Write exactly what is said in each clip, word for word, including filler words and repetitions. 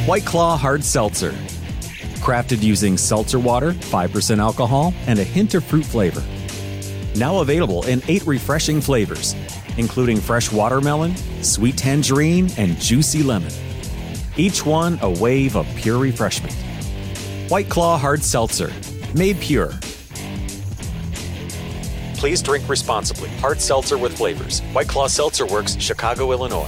White Claw Hard Seltzer. Crafted using seltzer water, five percent alcohol, and a hint of fruit flavor. Now available in eight refreshing flavors, including fresh watermelon, sweet tangerine, and juicy lemon. Each one a wave of pure refreshment. White Claw Hard Seltzer, made pure. Please drink responsibly. Hard seltzer with flavors. White Claw Seltzer Works, Chicago, Illinois.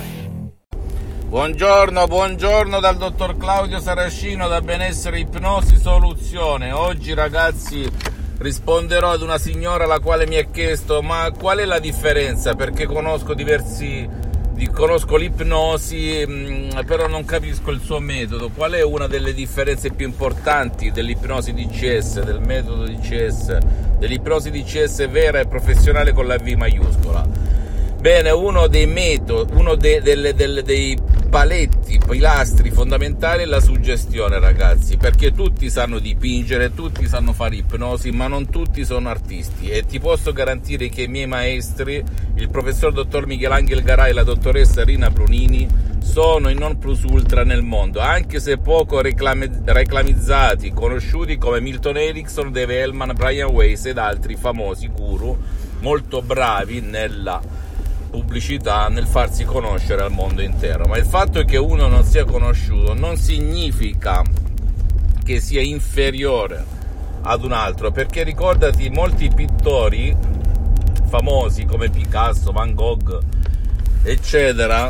Buongiorno, buongiorno dal dottor Claudio Saracino da Benessere Ipnosi Soluzione. Oggi, ragazzi, risponderò ad una signora la quale mi ha chiesto: ma qual è la differenza? Perché conosco diversi, conosco l'ipnosi, mh, però non capisco il suo metodo. Qual è una delle differenze più importanti dell'ipnosi D C S, del metodo D C S, dell'ipnosi D C S vera e professionale con la V maiuscola? Bene, uno dei metodi, uno dei, delle, delle, dei paletti, pilastri fondamentali è la suggestione, ragazzi, perché tutti sanno dipingere, tutti sanno fare ipnosi, ma non tutti sono artisti, e ti posso garantire che i miei maestri, il professor dottor Michelangelo Garai e la dottoressa Rina Brunini, sono i non plus ultra nel mondo, anche se poco reclame, reclamizzati, conosciuti come Milton Erickson, Dave Hellman, Brian Weiss ed altri famosi guru molto bravi nella pubblicità, nel farsi conoscere al mondo intero. Ma il fatto è che uno non sia conosciuto non significa che sia inferiore ad un altro, perché ricordati, molti pittori famosi come Picasso, Van Gogh, eccetera,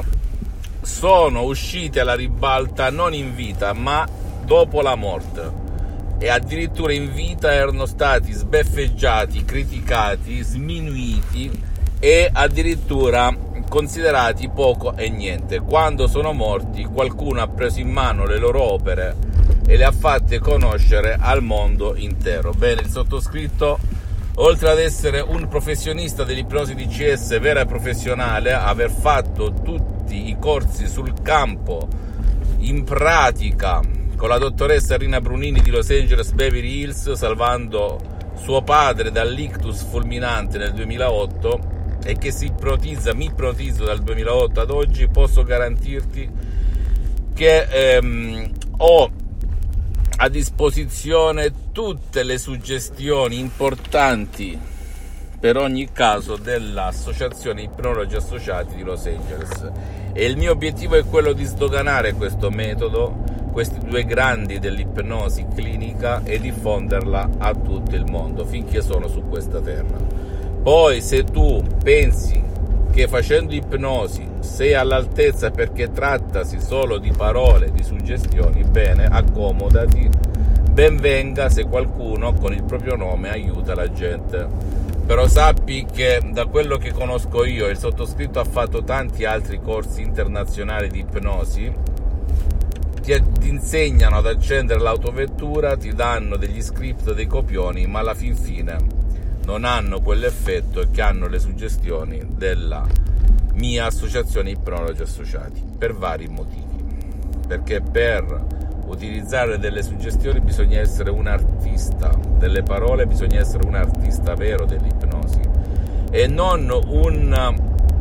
sono usciti alla ribalta non in vita ma dopo la morte, e addirittura in vita erano stati sbeffeggiati, criticati, sminuiti e addirittura considerati poco e niente. Quando sono morti, qualcuno ha preso in mano le loro opere e le ha fatte conoscere al mondo intero. Bene, il sottoscritto, oltre ad essere un professionista dell'ipnosi D C S vera e professionale, aver fatto tutti i corsi sul campo in pratica con la dottoressa Rina Brunini di Los Angeles Beverly Hills, salvando suo padre dall'ictus fulminante nel duemilaotto, e che si ipnotizza, mi ipnotizzo dal duemilaotto ad oggi, posso garantirti che ehm, ho a disposizione tutte le suggestioni importanti per ogni caso dell'associazione Ipnologi Associati di Los Angeles, e il mio obiettivo è quello di sdoganare questo metodo, questi due grandi dell'ipnosi clinica, e diffonderla a tutto il mondo finché sono su questa terra. Poi, se tu pensi che facendo ipnosi sei all'altezza perché trattasi solo di parole, di suggestioni, bene, accomodati, ben venga se qualcuno con il proprio nome aiuta la gente. Però sappi che, da quello che conosco io, il sottoscritto ha fatto tanti altri corsi internazionali di ipnosi, ti, ti insegnano ad accendere l'autovettura, ti danno degli script, dei copioni, ma alla fin fine non hanno quell'effetto che hanno le suggestioni della mia associazione Ipnologi Associati, per vari motivi. Perché per utilizzare delle suggestioni bisogna essere un artista delle parole, bisogna essere un artista vero dell'ipnosi e non un,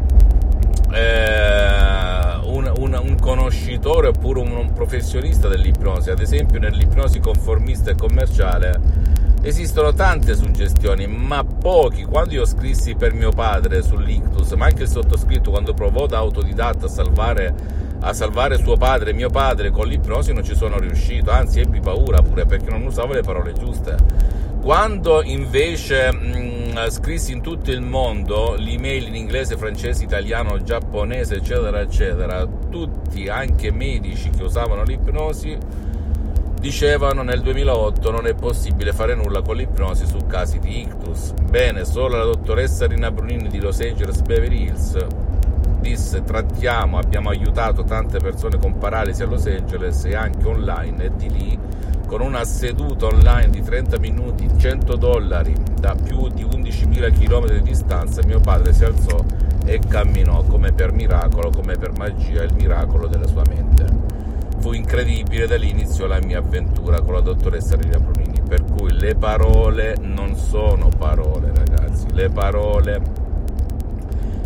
eh, un, un, un conoscitore oppure un, un professionista dell'ipnosi. Ad esempio, nell'ipnosi conformista e commerciale esistono tante suggestioni, ma pochi. Quando io scrissi per mio padre sull'ictus, ma anche il sottoscritto quando provò da autodidatta a salvare, a salvare suo padre, mio padre, con l'ipnosi non ci sono riuscito, anzi ebbi paura pure perché non usavo le parole giuste. Quando invece mh, scrissi in tutto il mondo l'email in inglese, francese, italiano, giapponese, eccetera, eccetera, tutti, anche medici che usavano l'ipnosi, dicevano nel duemilaotto non è possibile fare nulla con l'ipnosi su casi di ictus. Bene, solo la dottoressa Rina Brunini di Los Angeles Beverly Hills disse: trattiamo, abbiamo aiutato tante persone con paralisi a Los Angeles e anche online, e di lì, con una seduta online di trenta minuti, cento dollari, da più di undicimila chilometri di distanza, mio padre si alzò e camminò come per miracolo, come per magia, il miracolo della sua mente. Fu incredibile, da lì iniziò la mia avventura con la dottoressa Rina Brunini, per cui le parole non sono parole, ragazzi, le parole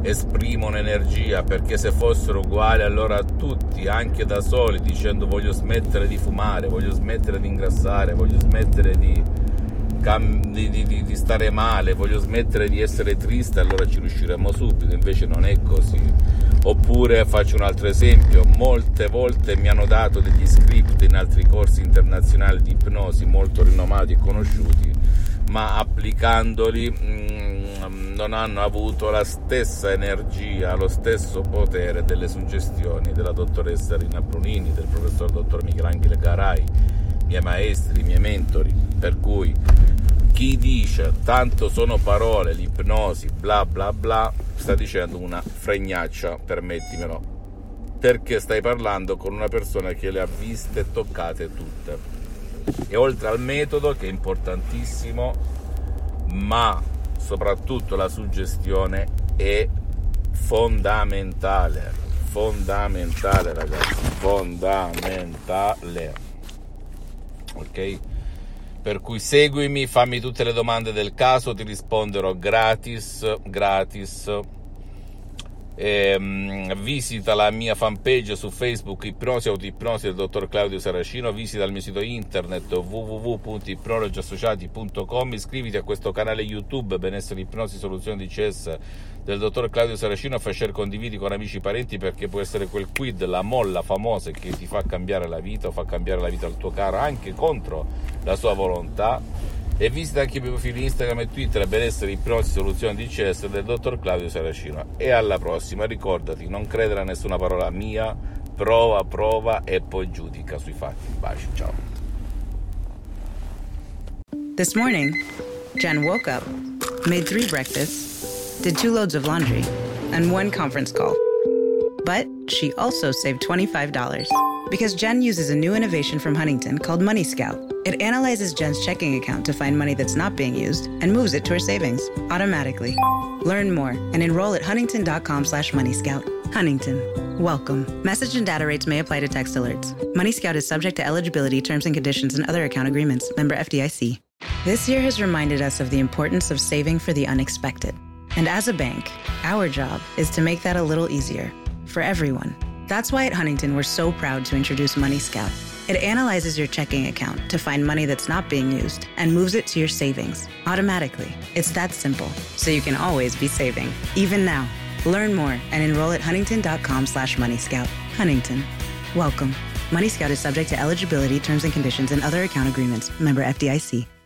esprimono energia, perché se fossero uguali allora tutti, anche da soli, dicendo voglio smettere di fumare, voglio smettere di ingrassare, voglio smettere di, di, di, di stare male, voglio smettere di essere triste, allora ci riusciremo subito. Invece non è così. Oppure faccio un altro esempio: molte volte mi hanno dato degli script in altri corsi internazionali di ipnosi molto rinomati e conosciuti, ma applicandoli mh, non hanno avuto la stessa energia, lo stesso potere delle suggestioni della dottoressa Rina Brunini, del professor dottor Michelangelo Garai, miei maestri, miei mentori. Per cui chi dice tanto sono parole, l'ipnosi, bla bla bla, sta dicendo una fregnaccia, permettimelo, perché stai parlando con una persona che le ha viste e toccate tutte. E oltre al metodo, che è importantissimo, ma soprattutto la suggestione è fondamentale, fondamentale ragazzi, fondamentale, ok? Per cui seguimi, fammi tutte le domande del caso, ti risponderò gratis, gratis. E, um, visita la mia fanpage su Facebook, Ipnosi Autoipnosi del dottor Claudio Saracino, visita il mio sito internet w w w punto ipnologi associati punto com, iscriviti a questo canale YouTube Benessere Ipnosi Soluzione D C S del dottor Claudio Saracino, fai share, condividi con amici e parenti, perché può essere quel quid, la molla famosa che ti fa cambiare la vita o fa cambiare la vita al tuo caro anche contro la sua volontà. E visita anche i miei profili Instagram e Twitter Benessere Ipnosi Soluzione D C S del dottor Claudio Saracino. E alla prossima, ricordati, non credere a nessuna parola mia, prova, prova e poi giudica sui fatti. Baci, ciao. This morning, Jen woke up, made three breakfasts, did two loads of laundry, and one conference call. But she also saved twenty-five dollars because Jen uses a new innovation from Huntington called Money Scout. It analyzes Jen's checking account to find money that's not being used and moves it to her savings automatically. Learn more and enroll at huntington.com slash money scout. Huntington. Welcome. Message and data rates may apply to text alerts. Money Scout is subject to eligibility, terms and conditions, and other account agreements. Member F D I C. This year has reminded us of the importance of saving for the unexpected. And as a bank, our job is to make that a little easier for everyone. That's why at Huntington, we're so proud to introduce Money Scout. It analyzes your checking account to find money that's not being used and moves it to your savings automatically. It's that simple, so you can always be saving, even now. Learn more and enroll at huntington.com slash money scout. Huntington. Welcome. Money Scout is subject to eligibility, terms and conditions, and other account agreements. Member F D I C.